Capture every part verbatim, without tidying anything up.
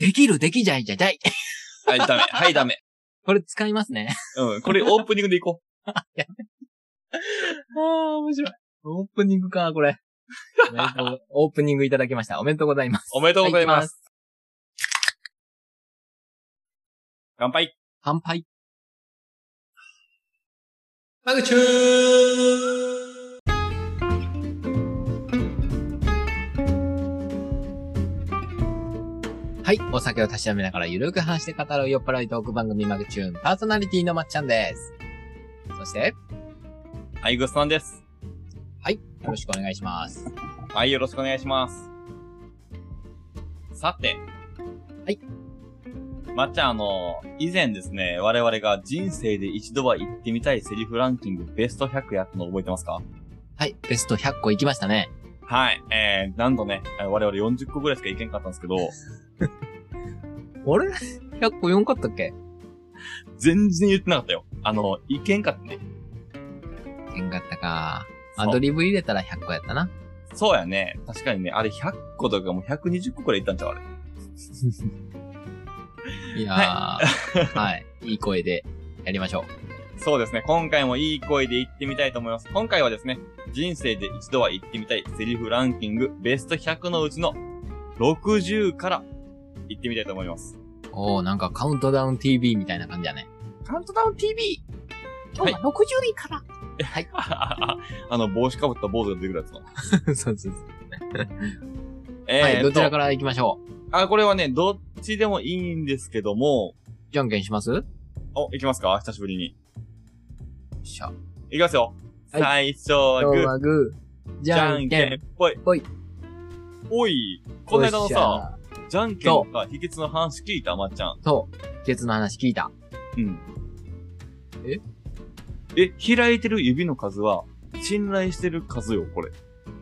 できる、できじゃいじゃじゃい。 はい、ダメ。はい、ダメ。 これ使いますね。 うん、これオープニングでいこう。 ああ、面白い。オープニングか、これ。オープニングいただきました。おめでとうございます。 おめでとうございます。 はい、 乾杯。 乾杯。 マグチューはい。お酒をたしなめながらゆるく話して語る酔っ払いトーク番組マグチューンパーソナリティのまっちゃんです。そして、 はい、グッさんです。 はい。よろしくお願いします。 はい、よろしくお願いします。さて。 はい。 まっちゃん、あの、以前ですね、我々が人生で一度は言ってみたいセリフランキングベストひゃくやったの覚えてますか？ はい。ベストひゃっこ行きましたね。 はい。えー、なんとね、我々よんじゅっこぐらいしかいけんかったんですけど。 あれ ?ひゃっこよんかったっけ？ 全然言ってなかったよ。あの、いけんかったね。 いけんかったか。アドリブ入れたらひゃっこやったな。 そうやね。確かにね、あれひゃっことかもうひゃくにじゅっこくらいいったんちゃうあれ。 いやー、はい、はい。いい声でやりましょう。そうですね。今回もいい声で言ってみたいと思います。今回はですね、人生で一度は言ってみたいセリフランキングベストひゃくのうちのろくじゅうから言ってみたいと思います。 おー、なんかカウントダウン ティーブイ みたいな感じだね。 カウントダウン ティーブイ！ 今日はろくじゅういから。 はい。あの、帽子かぶった坊主が出てくるやつの。 そうそうそう。 えー、 はい、どちらから行きましょう。 あ、これはね、どっちでもいいんですけども。 じゃんけんします？ お、行きますか？久しぶりに。 よっしゃ。 いきますよ。はい、最初はグー。はグー。じゃんけんぽい。ぽい。おい、この間のさ、じゃんけんか秘訣の話聞いた？まっちゃん。 そう。秘訣の話聞いた。 うん。 ええ、開いてる指の数は、信頼してる数よ、これ。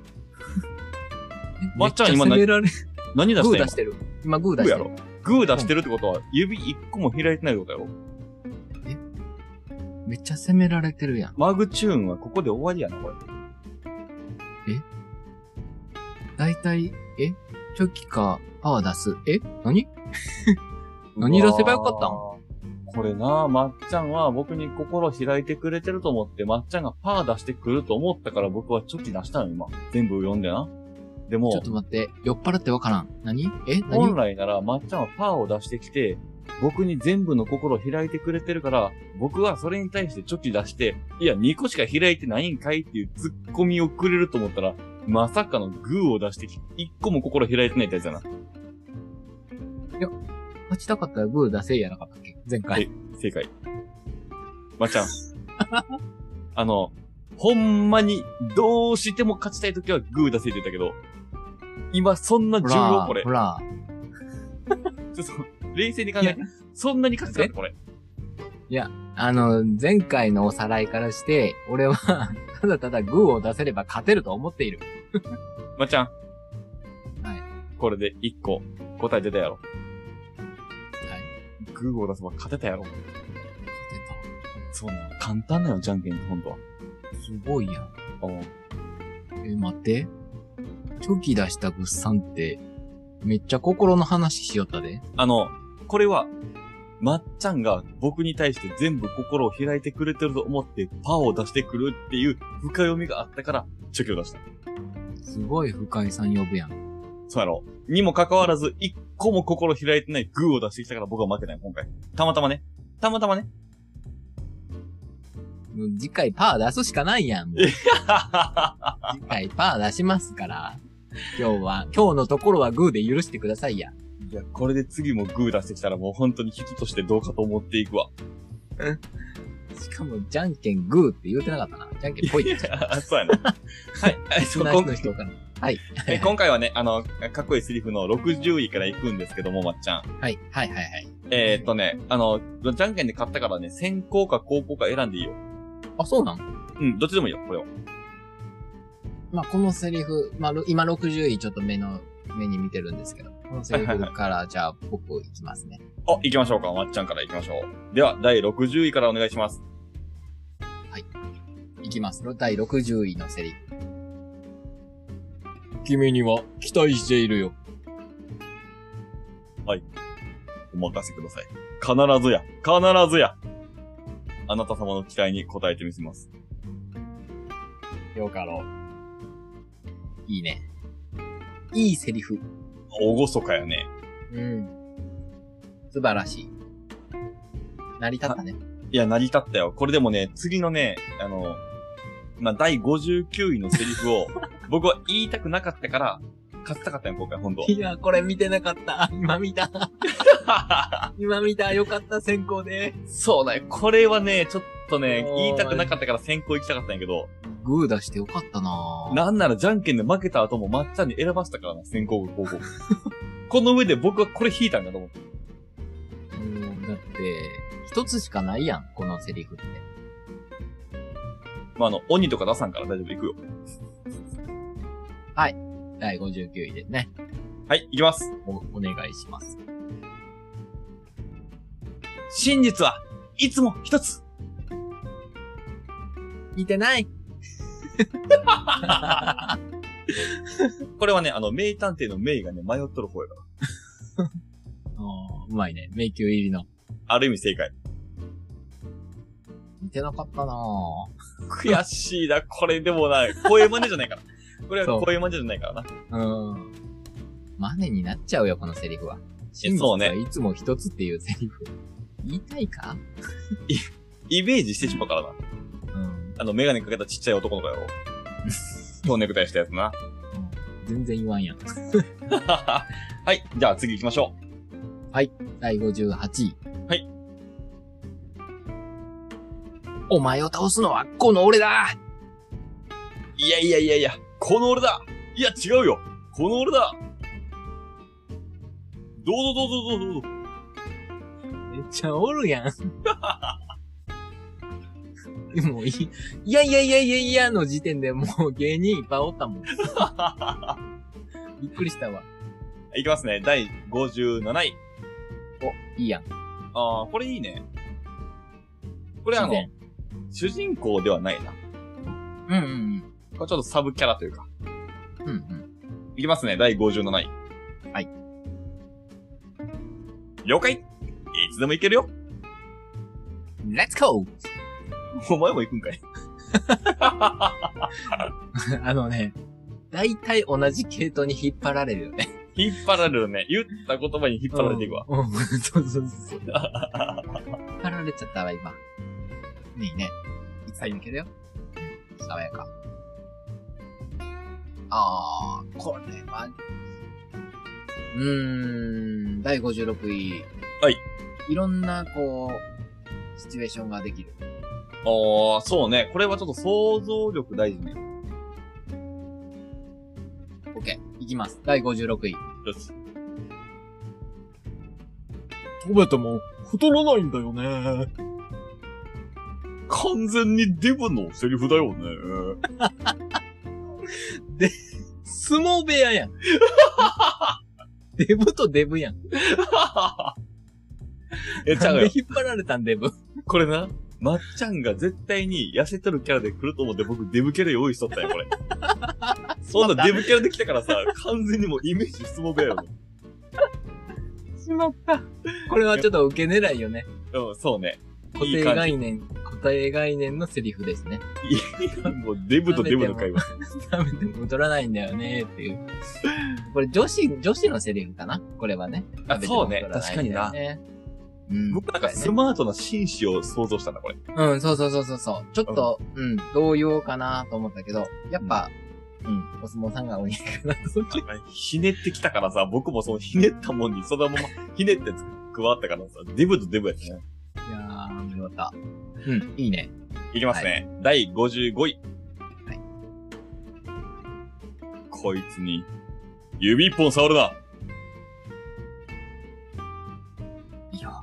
まっちゃん今何、何出してんの？ グー出してる。今グー出してる。 グーやろ。グー出してるってことは、指一個も開いてないってことやろ。 えめっちゃ責められてるやん。 マグチューンはここで終わりやな、これ。 えだいたい、えチョキか、パワー出す。え何何出せばよかったん？ これな、まっちゃんは僕に心開いてくれてると思って、まっちゃんがパー出してくると思ったから僕はチョキ出したの、今。全部読んでな。でも、 ちょっと待って、酔っ払ってわからん。何？え何？ 本来ならまっちゃんはパーを出してきて、僕に全部の心開いてくれてるから、僕はそれに対してチョキ出して、いや、にこしか開いてないんかいっていうツッコミをくれると思ったら、まさかのグーを出してきて、いっこも心開いてないってやつやな。いや、勝ちたかったらグー出せやなかったっけ前回。 え、正解。まっちゃん。あの、ほんまに、どうしても勝ちたいときはグー出せって言ったけど、今そんな重要これ。 ほら。 ちょっと、冷静に考えて、そんなに勝ちたいこれ。 いや、あの、前回のおさらいからして、俺は、ただただグーを出せれば勝てると思っている。 まっちゃん。 はい。 これでいっこ、答え出たやろ。 はい。 グーを出せば勝てたやろ。 勝てた。そうなの。簡単だよ、じゃんけんってほんとは。 すごいやん。 おう。 え、待って。チョキ出したグッさんって、めっちゃ心の話しよったで。 あの、これは、まっちゃんが僕に対して全部心を開いてくれてると思ってパーを出してくるっていう深読みがあったから、チョキを出した。 すごい深井さん呼ぶやん。 そうやろ。にもかかわらず、一個も心開いてないグーを出してきたから僕は負けない、今回。たまたまね。たまたまね。 もう次回パー出すしかないやん。次回パー出しますから。今日は、今日のところはグーで許してくださいや。 いや、これで次もグー出してきたらもう本当に人としてどうかと思っていくわ。 しかも、じゃんけんグーって言うてなかったな。じゃんけんぽい。いや、 そうやな。はい。はい、そう、今回、 はい。 今回はね、あの、かっこいいセリフのろくじゅういから行くんですけども、まっちゃん。 はい。はい、はい、はい。 えー、っとね、あの、じゃんけんで勝ったからね、先行か後攻か選んでいいよ。 あ、そうなん？ うん、どっちでもいいよ、これを。 まあ、このセリフ、まあ、今ろくじゅういちょっと目の、目に見てるんですけど、このセリフから、じゃあ僕行きますね。 あ、行きましょうか。まっちゃんから行きましょう。では、だいろくじゅういからお願いします。 はい。行きます。だいろくじゅういのセリフ。君には期待しているよ。 はい。 お任せください。必ずや、必ずや。あなた様の期待に応えてみせます。 よかろう。いいね。いいセリフ。 おごそかやね。 うん。素晴らしい。成り立ったね。 いや、成り立ったよ。これでもね、次のね、あの、まあ、だいごじゅうきゅういのセリフを、僕は言いたくなかったから、勝ちたかったよ、今回、ほんと。 いや、これ見てなかった。今見た。今見た。よかった、先行で。 そうだよ。これはね、ちょっとね、言いたくなかったから先行行きたかったんやけど。 グー出してよかったなぁ。 なんならじゃんけんで負けた後もまっちゃんに選ばせたからな、先行後攻。この上で僕はこれ引いたんだと思って。 うん、だって、一つしかないやん、このセリフって。 まあ、あの、鬼とか出さんから大丈夫、行くよ。 はい。だいごじゅうきゅういですね。 はい、行きます。 お、お願いします。 真実はいつも一つ。 似てない。 これはね、あの、名探偵の名がね、迷っとる方やから。 あーうまいね。迷宮入りの。 ある意味正解。 似てなかったなぁ。 悔しいな、これでもない。声真似じゃないから。これは声真似じゃないからな。 うん。真似になっちゃうよ、このセリフは。真実はいつも一つっていうセリフ。言いたいかイメージしてしまうからな。 うん。 あの、メガネかけたちっちゃい男の子やろ。今日ネクタイしたやつな。 うん、全然言わんやん。 はい。じゃあ次行きましょう。はい。だいごじゅうはちい。 はい。 お前を倒すのはこの俺だ。 いやいやいやいや、この俺だ。いや違うよ。この俺だ。どうぞどうぞどうぞどうぞ。 めっちゃおるやん。もういい、いやいやいやいやいやの時点でもう芸人いっぱいおったもん。びっくりしたわ。 いきますね。だいごじゅうなない。 お、いいやん。 あー、これいいね。これあの、主人公ではないな。 うんうんうん。 これちょっとサブキャラというか。 うんうん。 いきますね。だいごじゅうなない。 はい。 了解。いつでも行けるよ。 レッツゴー。 お前も行くんかい。 あのね、だいたい同じ系統に引っ張られるよね。 引っ張られるね。言った言葉に引っ張られていくわ。 うん、うん、そうそうそう。引っ張られちゃったわ、今。いいね。いつでもいけるよ。爽やか。あー、これは、うーん、だいごじゅうろくい。 はい。 いろんな、こう、シチュエーションができる。 あー、そうね。これはちょっと想像力大事ね。 OK。いきます。だいごじゅうろくい。 よし。 食べても太らないんだよね。 完全にデブのセリフだよね。 で、相撲部屋やん。デブとデブやん。 え、ちゃうよ。 なんで引っ張られたん、デブ。 これな、まっちゃんが絶対に痩せとるキャラで来ると思って僕デブキャラ用意しとったんや、これ。そんなデブキャラで来たからさ、完全にもうイメージ相撲部屋よね。 しまった。これはちょっと受け狙いよね。 うん、そうね。 固定概念、固定概念のセリフですね。 いや、もうデブとデブの会話。 食べても太らないんだよねっていう。これ女子、女子のセリフかなこれはね。 あ、そうね。確かにな。 うん、 僕なんかスマートな紳士を想像したんだ、これ。 うん、そうそうそうそうそう。ちょっと、うん、うん、どう言おうかなと思ったけど、やっぱ、うん、うん、お相撲さんが多いかなと思って。 ひねってきたからさ、僕もそのひねったもんにそのままひねって加わったからさ、デブとデブやったね。 いやー、見事。うん、いいね。 いきますね。はい、だいごじゅうごい。 はい。 こいつに、指一本触るな。 いやー。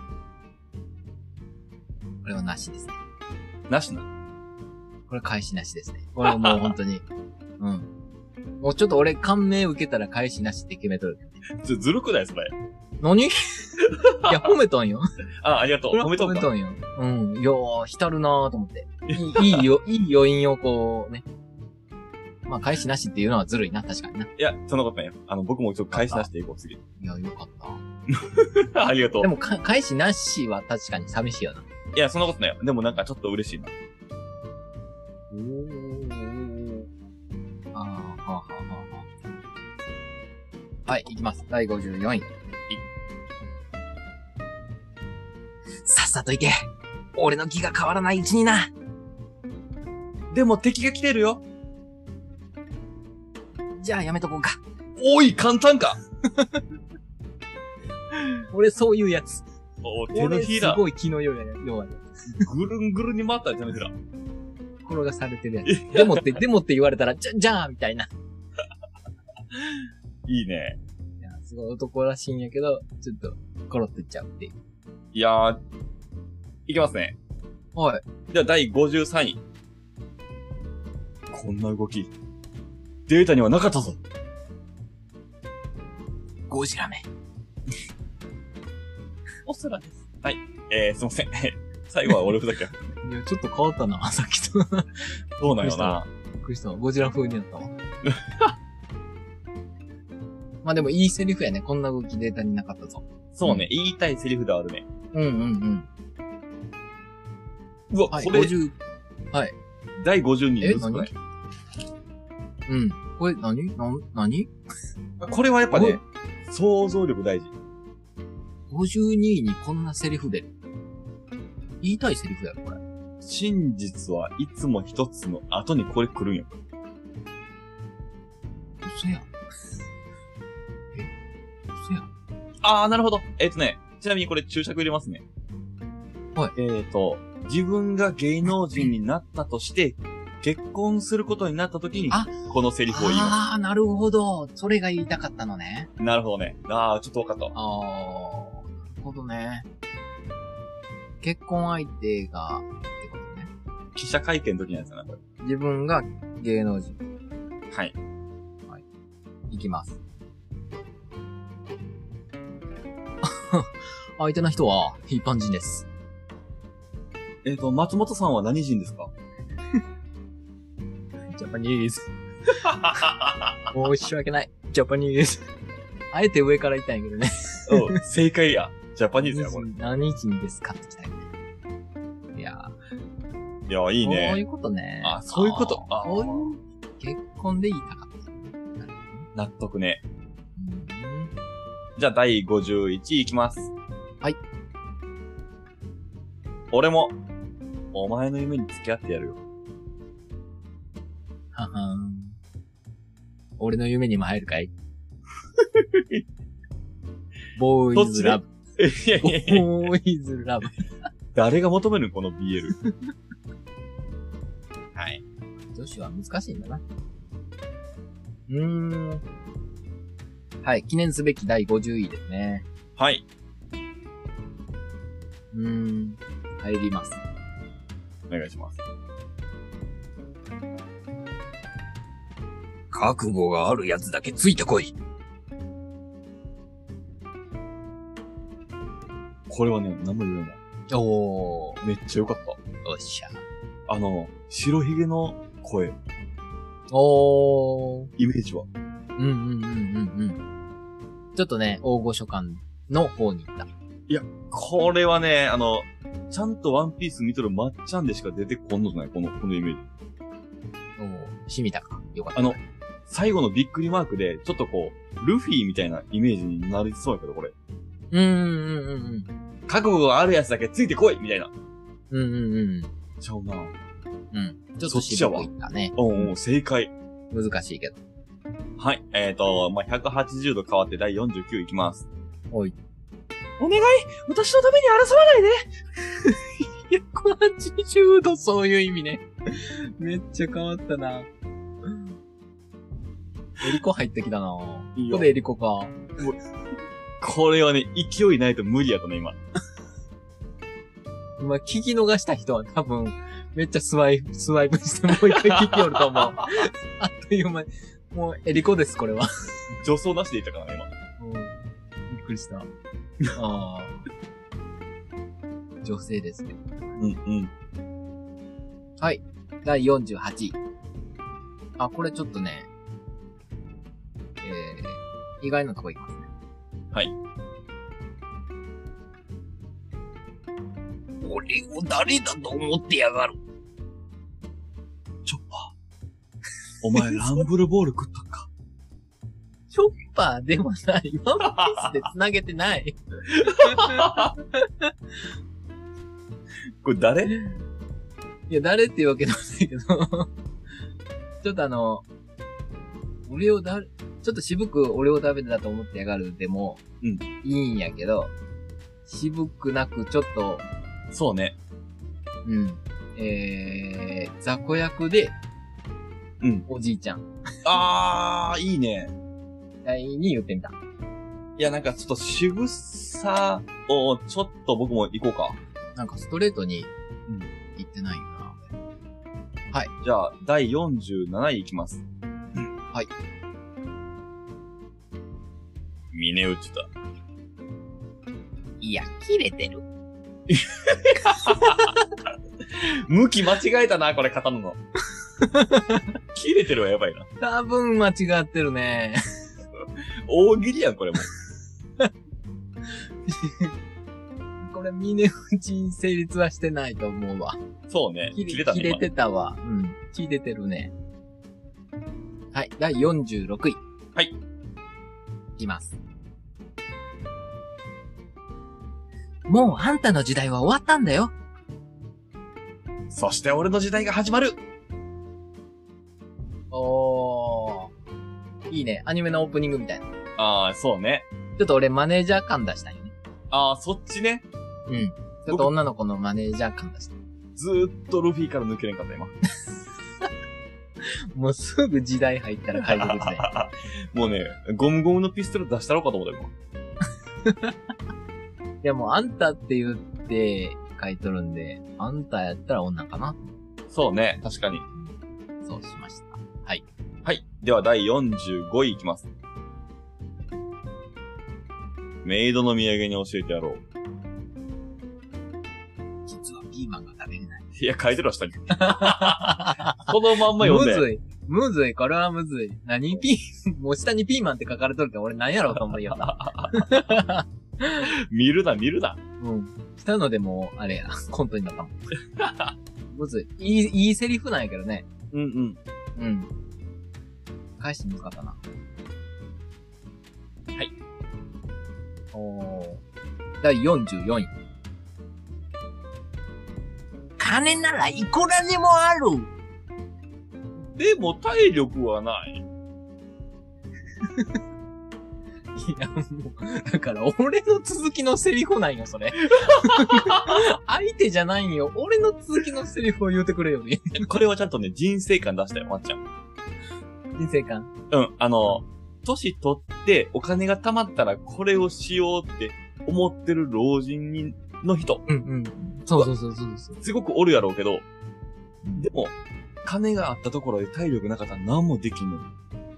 これはなしですね。 なしな。 これ返しなしですね。これはもう本当に。うん。もうちょっと俺感銘受けたら返しなしって決めとる。 ず、ずるくないそれ。 何いや、褒めとんよ。 あ、ありがとう。褒めとんか。 褒めとんよ。うん。いやー、浸るなーと思って。いい、いいよ、いい余韻をこう、ね。まあ、返しなしっていうのはずるいな、確かにな。いや、そんなことないよ。あの、僕もちょっと返しなしでいこう、次。 いや、よかった。 ありがとう。 でもか、返しなしは確かに寂しいよな。 いや、そんなことないよ。でもなんかちょっと嬉しいな。 おー。あー、はあ、はあ、はあ、はあ。はい、いきます。だいごじゅうよんい。さっさと行け。俺の気が変わらないうちにな。 でも敵が来てるよ。 じゃあやめとこうか。 おい、簡単か。 俺そういうやつ。 お手のひら。 すごい気の弱い弱い。 ぐるんぐるんに回ったら手のひら。 転がされてるやつ。でもって、でもって言われたら、じゃ、じゃあみたいな。 いいね。 いや、すごい男らしいんやけど、ちょっと、コロっていっちゃうっていう。 いやー、いきますね。 はい。 じゃあだいごじゅうさんい。こんな動き、データにはなかったぞ。 ゴジラメ。 おそらです。はい。えー、すいません。最後は俺ふざけ。 いや、ちょっと変わったな、さっきと。 そうなんよな。 びっくりしたわ。ゴジラ風になったわ。まあでもいいセリフやね。こんな動きデータになかったぞ。 そうね、うん、言いたいセリフではあるね。 うんうんうん。 うわ、 はい、 これ。 ごじゅう。はい。 だいごじゅうにえ、何うん。これ何、な、何これはやっぱね、想像力大事。 ごじゅうにいにこんなセリフ出る。言いたいセリフやろ、これ。 真実はいつも一つの後にこれ来るんや。 嘘やん。え嘘やん。 あー、なるほど。えっとね、ちなみにこれ注釈入れますね。 はい。 えっと、自分が芸能人になったとして、結婚することになった時に、このセリフを言います。 あー、なるほど。それが言いたかったのね。 なるほどね。あー、ちょっとわかったわ。 あー、なるほどね。結婚相手が、ってことね。 記者会見の時のやつだな、これ。 自分が芸能人。 はい。 はい。いきます。相手の人は一般人です。 えっと、松本さんは何人ですか？ ジャパニーズ。申し訳ない。ジャパニーズ。あえて上から言ったんやけどね。 うん、正解や。ジャパニーズや、これ。 何人ですかって来たよね。いやー。いや、いいね。 そういうことね。 あ、そういうこと。 あそういう、結婚で言いたかった。 納得ね。 うん、 じゃあ、だいごじゅういちいいきます。 はい。 俺も、お前の夢に付き合ってやるよ。 ははん。俺の夢にも入るかいボーイズラブ。 いやいやいやボーイズラブ。 誰が求めるこの ビーエル。はい。 女子は難しいんだな。うーん。はい。記念すべきだいごじゅういですね。 はい。 うーん。入ります。 お願いします。 覚悟があるやつだけついてこい。 これはね、何も言うない。 おー。 めっちゃ良かった。 おっしゃ。 あの、白ひげの声。 おー。 イメージは。 うんうんうんうんうん。ちょっとね、大御所感の方に行った。 いや、これはね、あの、ちゃんとワンピース見とるまっちゃんでしか出てこんのじゃないこの、このイメージ。 おー、しみたか。よかった。 あの、最後のびっくりマークで、ちょっとこう、ルフィみたいなイメージになりそうやけど、これ。 うんうんうんうん。 覚悟があるやつだけついてこいみたいな。 うんうんうん。 ちゃうな。 うん。ちょっと渋くいったね。 うんうん、正解。 難しいけど。 はい。えっと、まあ、ひゃくはちじゅうど変わってだいよんじゅうきゅういきます。 おい。 お願い私のために争わないでひゃくはちじゅうどそういう意味ね。めっちゃ変わったな。エリコ入ってきたな。 いいよここでエリコか。 これはね、勢いないと無理やったね、今。 今聞き逃した人は多分、めっちゃスワイプ、スワイプしてもう一回聞きよると思う。あっという間に。もうエリコです、これは。 助走なしでいったからね、 今。うん。びっくりした。ああ。女性ですね。 うんうん。 はい。だいよんじゅうはちい。あ、これちょっとね、えー、意外なとこいきますね。 はい。 俺を誰だと思ってやがる。 チョッパー。お前ランブルボール食ったんか。 チョッパーでもない。ワンピースで繋げてない。 これ誰？ いや、誰っていうわけでもないけど。ちょっとあの、俺をだ、ちょっと渋く俺を食べてたと思ってやがるでも、 うん。 いいんやけど、渋くなくちょっと、 そうね。 うん。えー、雑魚役で、 うん。 おじいちゃん。 あー、いいね。 に言ってみた。 いや、なんかちょっと渋さを、ちょっと僕も行こうか。 なんかストレートにうん。 言ってないよな。 はい。じゃあ、だいよんじゅうなないいきます。 はい。 峰打ちだ。 いや、切れてる。 向き間違えたな、これ刀の。切れてるはやばいな。 多分間違ってるね。 大喜利やん、これも。 これ、峰打ち成立はしてないと思うわ。 そうね。 切れ切れたね。 切れてたわ。うん。切れてるね。はい。だいよんじゅうろくい。 はい。 いきます。もうあんたの時代は終わったんだよ。 そして俺の時代が始まる。 おー。いいね。アニメのオープニングみたいな。 ああ、そうね。 ちょっと俺マネージャー感出したんよね。 ああ、そっちね。 うん。ちょっと女の子のマネージャー感出した。 ずーっとルフィから抜けれんかった、今。 もうすぐ時代入ったら海賊時代。 もうね、ゴムゴムのピストル出したろうかと思った今。 でも、あんたって言って書いとるんで、あんたやったら女かな。 そうね、確かに。 そうしました。はい。 はい。では、だいよんじゅうごいいきます。メイドの土産に教えてやろう。 実はピーマンが食べれない。 いや、書いてるわ、下に。このまんま読んで。 むずい。むずい。これはむずい。何ピー、もう下にピーマンって書かれとるけど、俺何やろうと思うよな。 見るな、見るな。 うん。したのでもう、あれや、コントになったもん。むずい。いい、いいセリフなんやけどね。 うんうん。 うん。返してみよかったな。 はい。 おー。だいよんじゅうよんい。金ならいくらでもある。 でも体力はない。 いや、もう、だから俺の続きのセリフなんよ、それ。相手じゃないんよ。俺の続きのセリフを言うてくれよね。 これはちゃんとね、人生観出したよ、まっちゃん。 人生観。 うん、あの、年取ってお金が貯まったらこれをしようって思ってる老人にの人。 うんうん。そうそうそうそうそう。 すごくおるやろうけど、でも、金があったところで体力なかったら何もできんの。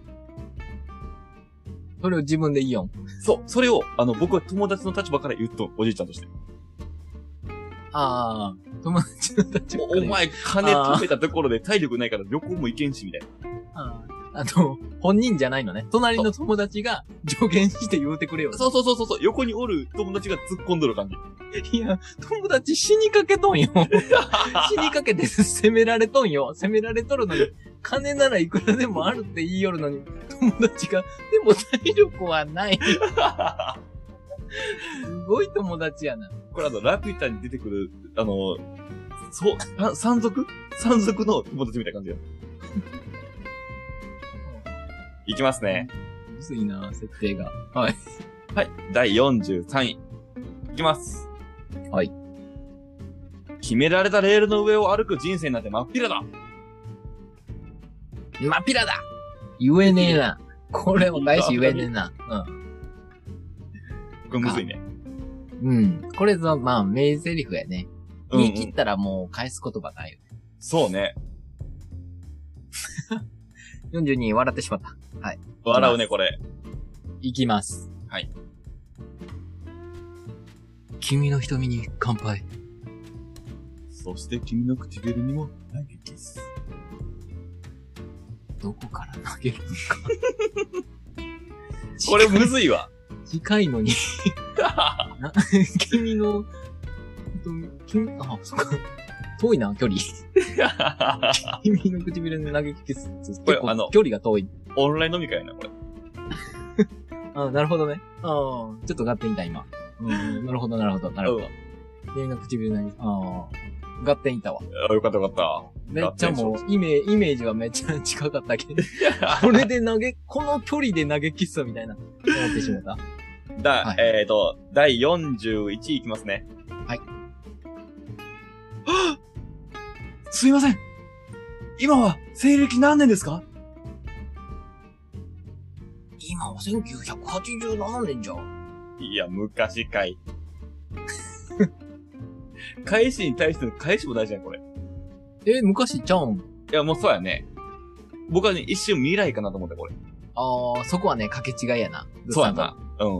それを自分で言いよん。 そう、それを、あの、僕は友達の立場から言っとん、おじいちゃんとして。 ああ、友達の立場からお前、金貯めたところで体力ないから旅行も行けんし、みたいな。 ああ、あの、本人じゃないのね。隣の友達が助言して言うてくれよ。 そうそうそうそう、横におる友達が突っ込んどる感じ。 いや、友達死にかけとんよ。死にかけて責められとんよ。責められとるのに、金ならいくらでもあるって言いよるのに、友達が、でも体力はない。すごい友達やな。 これあの、ラピュタに出てくる、あの、そう、あ山賊山賊の友達みたいな感じや。いきますね。 むずいな、設定が。はい。 はい。だいよんじゅうさんい。いきます。 はい。 決められたレールの上を歩く人生なんて真っ平だ。 真っ平だ言えねえな。これも返し言えねえな。うん。 これむずいね。 うん。これぞ、まあ、名台詞やね。 うんうん、 言い切ったらもう返す言葉ないよね。 そうね。 よんじゅうに笑ってしまった。はい。 笑うね、これ。 いきます。 はい。 君の瞳に乾杯。 そして君の唇にも投げキス。 どこから投げるのか。 これむずいわ。 近いのにな。君の瞳、君、あ、そっか。遠いな、距離。君の唇の投げキス。 これあの距離が遠い。 オンライン飲み会やな、これ。 あ、なるほどね。ああ、ちょっと合点いた、今。うん、なるほど、なるほど、なるほど。君の唇の投げ、ああ、合点いたわ。 あ、よかったよかった。 めっちゃもう、イメイメージはめっちゃ近かったけど。これで投げ、この距離で投げキスみたいな、思ってしまった。 だ、 はい、 えっ、ー、と、だいよんじゅういちいいきますね。 はい。 はぁすいません。今は、西暦何年ですか？ 今はせんきゅうひゃくはちじゅうななねんじゃ。 いや、昔かい。返しに対しての返しも大事やん、これ。 え、昔ちゃうん？ いや、もうそうやね。僕はね、一瞬未来かなと思って、これ。 ああ、そこはね、掛け違いやな。 そうやな。うん。 うん。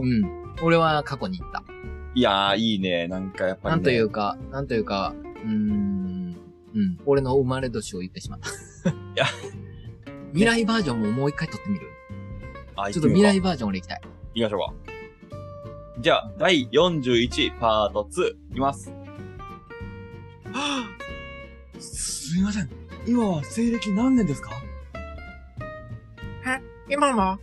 俺は過去に行った。 いやー、いいね。なんかやっぱり、ね。 なんというか、なんというか、うーん、うん。俺の生まれ年を言ってしまった。いや、 未来バージョンももう一回撮ってみる？ あ、 ちょっと未来バージョン俺行きたい。 行きましょうか。じゃあ、だいよんじゅういちパートツー、いきます。はぁすみません。今は西暦何年ですか？ は今は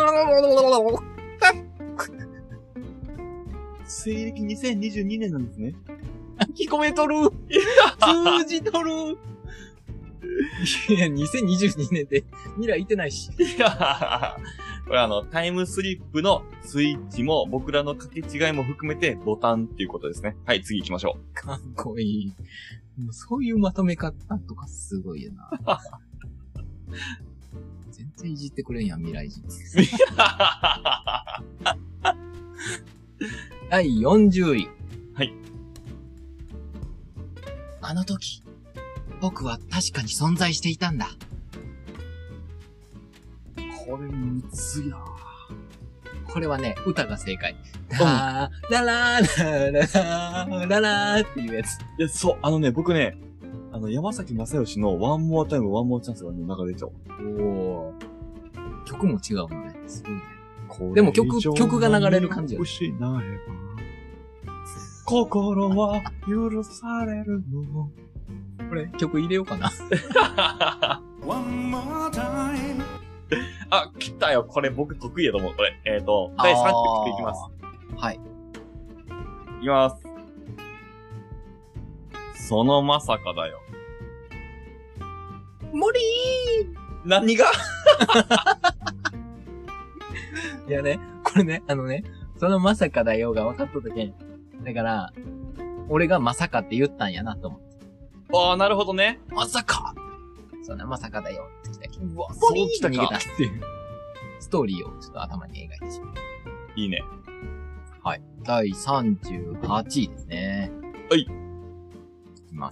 西暦にせんにじゅうにねんなんですね。 聞こえとる通じとるいや、にせんにじゅうにねんで未来行ってないし。 いやこれあの、タイムスリップのスイッチも僕らの掛け違いも含めてボタンっていうことですね。はい、次行きましょう。 かっこいい。もうそういうまとめ方とかすごいよな。全然いじってくれんやん、未来人。だいよんじゅうい。 はい。 あの時、僕は確かに存在していたんだ。 これむずいな。 これはね、歌が正解。ラー、ララー、ララー、ララーっていうやつ。 いや、そう、あのね、僕ね、あの、山崎正義のワンモアタイム、ワンモアチャンスがね、流れちゃう。 おー。曲も違うのね。すごいね。でも曲、曲が流れる感じよ。 心は許されるの。 これ、曲入れようかな。 あ、来たよ。これ僕得意やと思う。これ。えっ、ー、と、だいさんじゅうきゅういきます。 はい。 いきます。そのまさかだよ。 森ー何がいやね、これね、あのね、そのまさかだよが分かっとったけん。だから、俺がまさかって言ったんやなと思って。 ああ、なるほどね。 まさかそんなまさかだよって来たけん。 うわ、そう来たか。 逃げたっていう。ストーリーをちょっと頭に描いてしまう。 いいね。 はい。だいさんじゅうはちいですね。 はい。 いきます。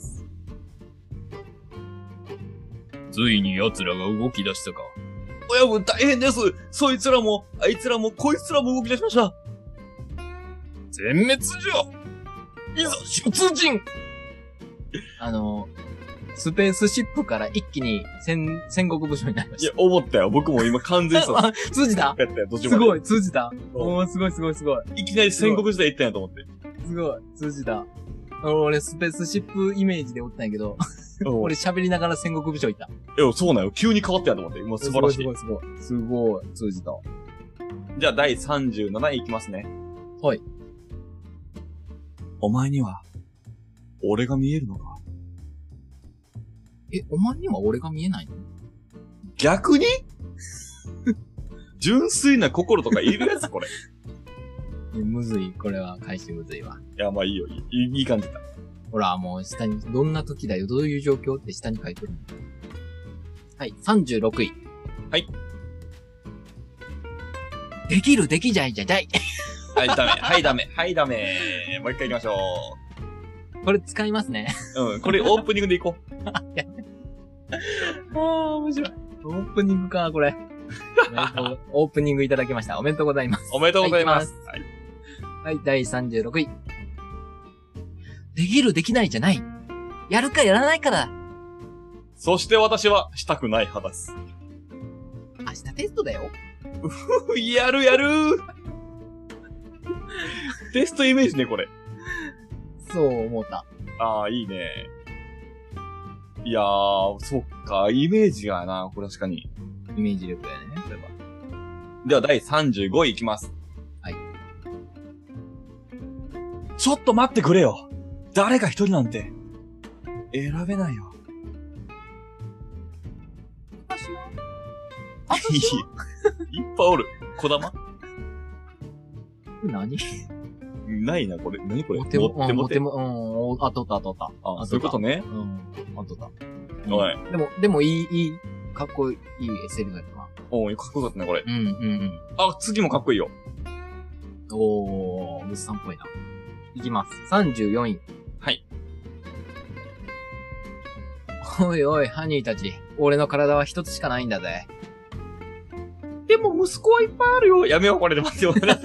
ついに奴らが動き出したか。 親分大変です。そいつらも、あいつらも、こいつらも動き出しました。 全滅じゃいざ出陣あの、スペースシップから一気に戦、戦国武将になりました。 いや、思ったよ。僕も今完全にそう。 通じたやったよ、途中すごい、通じた。 うんおー、すごいすごいすごい。 いきなり戦国時代行ったんやと思って。 すごい、通じた。俺、スペースシップイメージでおったんやけど、俺喋りながら戦国武将いた。 いや、そうなんよ。急に変わったんやと思って。今素晴らしい。 すごいすごいすごい。すごい、通じた。 じゃあ、だいさんじゅうなないいきますね。 はい。 お前には、俺が見えるのか？ え、お前には俺が見えないの？ 逆に純粋な心とかいるやつこれ。 え、むずい。これは返しむずいわ。 いや、まあいいよ。いい、いい感じだ。 ほら、もう下に、どんな時だよ、どういう状況って下に書いてるの。はい、さんじゅうろくい。 はい。 できる、できじゃいじゃじゃい。 はい、ダメ。はい、ダメ。はい、ダメ。もう一回行きましょこれ使いますね。 う。うん、これオープニングで行こう。 ああ、面白い。オープニングか、これ。オープニングいただきました。おめでとうございます。 おめでとうございます。 はい、はい、だいさんじゅうろくい。できる、できないじゃない。やるかやらないかだ。 そして私はしたくない派です。 明日テストだよ。 うふやるやるテストイメージね、これ。 そう思った。 ああ、いいね。いやー、そっか、イメージがな、これ確かに。 イメージ力やね、これは。 では、だいさんじゅうごいいきます。 はい。 ちょっと待ってくれよ。誰か一人なんて、選べないよ。 私はいい。いっぱいおる。小玉何ないな、これ。何これお手も、 持って持って。 うん、うん、あとったあとった。 あ、そういうことね。 うん、あとった。 おい。 でも、でもいい、いい、かっこいい エスエル だったな。 おー、かっこよかったね、これ。 うん、うん、うん。 あ、次もかっこいいよ。 おー、ムスさんっぽいな。いきます。さんじゅうよんい。 はい。 おいおい、ハニーたち。俺の体は一つしかないんだぜ。 でも息子はいっぱいあるよ。やめよう、これで待ってよ。これ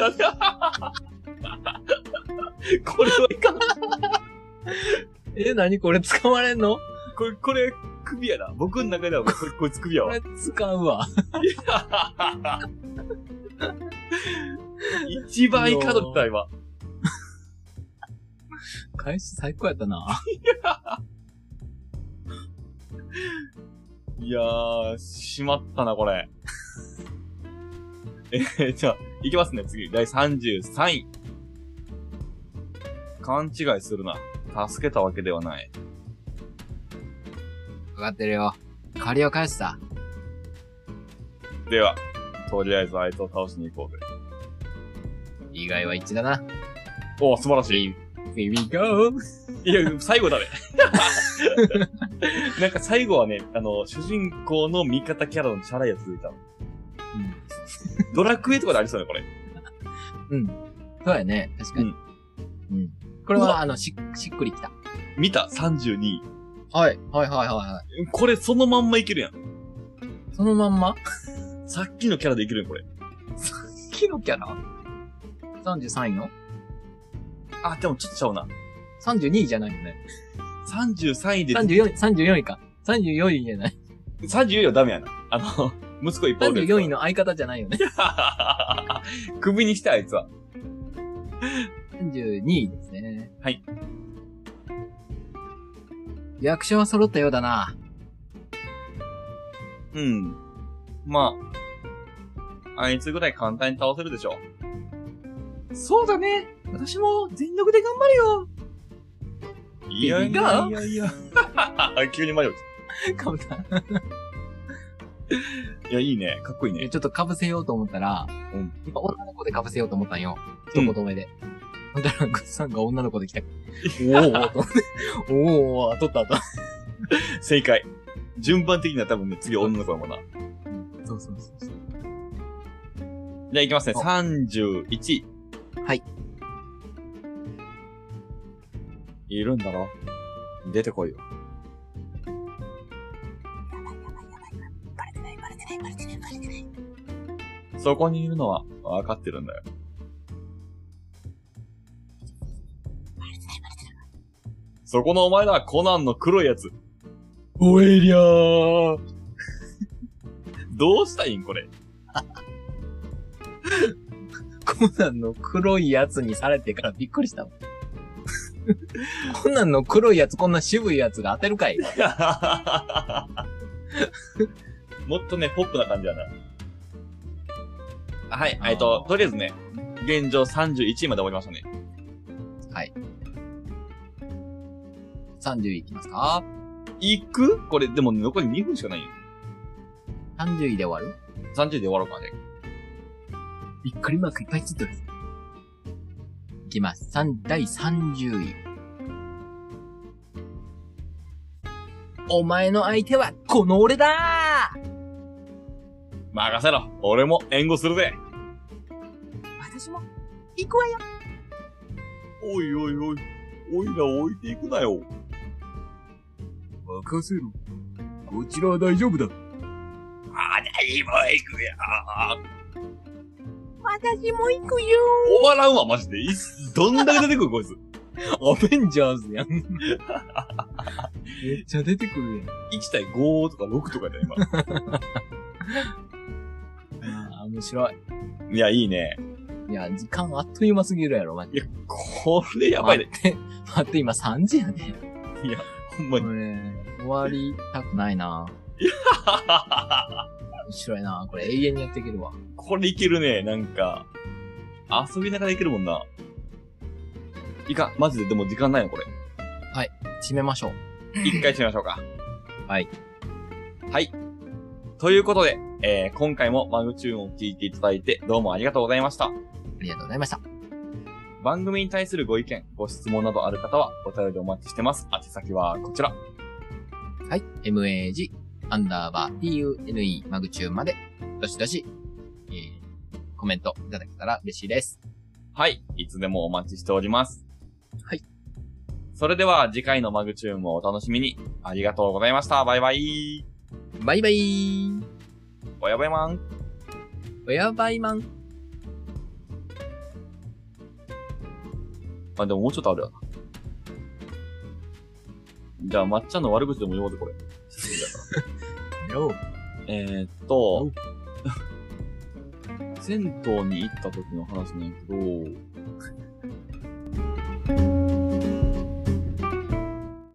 はいかん。 え、なにこれ使われんの？ これ、これ、首やな。僕の中ではこれ、こいつ首やわ。 これ使うわ。 一番いい角だった、今。 返し最高やったな。 いやー、しまったな、これ。えー、じゃあ、いきますね、次。だいさんじゅうさんい。勘違いするな。助けたわけではない。 わかってるよ。借りを返すさ。 では、とりあえずあいつを倒しに行こうぜ。 意外は一致だな。 おー、素晴らしい。 Here we go! いや、最後だね。なんか最後はね、あの、主人公の味方キャラのチャラいやつ出たの。うん。ドラクエとかでありそうね、これ。 うん。そうやね。確かに。うん。うん、これは、あの、し、しっくりきた。 見た ?さんじゅうにい。 はい。はいはいはいはい。 これそのまんまいけるやん。 そのまんまさっきのキャラでいけるやん、これ。 さっきのキャラ ?さんじゅうさんいのあ、でもちょっとちゃうな。 さんじゅうにいじゃないよね。 さんじゅうさんいで。 さんじゅうよんい、さんじゅうよんいか。さんじゅうよんいじゃない。 さんじゅうよんいはダメやな。あの、息子いっぱいおる。 さんじゅうよんいの相方じゃないよね。 首にしてあいつは。 さんじゅうにいですね。 はい。 役所は揃ったようだな。 うん。まあ、あいつぐらい簡単に倒せるでしょう。そうだね。私も全力で頑張るよ。いやいやいやいや。急に迷う。 かぶった。 いや、いいね。かっこいいね。 ちょっと被せようと思ったら、うん。今女の子で被せようと思ったんよ。一言目で。ほんだら、グッさんが女の子で来た。おーおーと思って。おーおー、当たった当たった。 正解。順番的には多分ね、次女の子だもんな。 うん。そうそうそうそう。 じゃあ行きますね。さんじゅういちい。 はい。 いるんだろ？出てこいよ。 バレてない、バレてない、バレてない、バレてない。 そこにいるのは分かってるんだよ。 バレてない、バレてない。 そこのお前だ、コナンの黒いやつ。 おえりゃー。 どうしたいんこれ。 コナンの黒いやつにされてからびっくりしたもん。コナンの黒いやつ、こんな渋いやつが当てるかい。 もっとね、ポップな感じだな。はい、えっと、とりあえずね、現状さんじゅういちいまで終わりましたね。 はい。さんじゅういいきますか？ 行く？これ、でも、ね、残りにふんしかないよ。 さんじゅういで終わる？ さんじゅういで終わろうかね。 びっくりマークいっぱいついてる。いきます。だいさんじゅうい。お前の相手は、この俺だー！ 任せろ。俺も援護するぜ。 私も、行くわよ。 おいおいおい。おいら置いていくなよ。 任せろ。こちらは大丈夫だ。 あ、私も行くよ。 私も行くよー。終わらんわ、マジで。どんだけ出てくる、こいつ。 アベンジャーズやん。めっちゃ出てくるやん。 いち対ごとかろくとかだよ、今。 ああ、面白い。 いや、いいね。 いや、時間あっという間すぎるやろ、マジで。 いや、これやばいね。 待って、 待って、今さんじやね。 いや、ほんまに。 これ、終わりたくないな。面白いな。これ永遠にやっていけるわ。 これいけるね、なんか。遊びながらいけるもんな。いか、マジででも時間ないのこれ。 締めましょう。 一回締めましょうか。 はい。 はい。ということで、えー、今回もマグチューンを聞いていただいてどうもありがとうございました。 ありがとうございました。 番組に対するご意見、ご質問などある方はお便りお待ちしてます。宛先はこちら。 はい。mag アンダーバー tune マグチューンまで、どしどし、えー、コメントいただけたら嬉しいです。 はい。いつでもお待ちしております。 はい。 それでは次回のマグチューンもお楽しみに。ありがとうございました。バイバイ。 バイバイ。 おやばいまん。 おやばいまん。 あ、でももうちょっとあるやな。じゃあ、まっちゃんの悪口でも言おうぜ、これ。 よえーっと、銭湯に行った時の話なんやけど、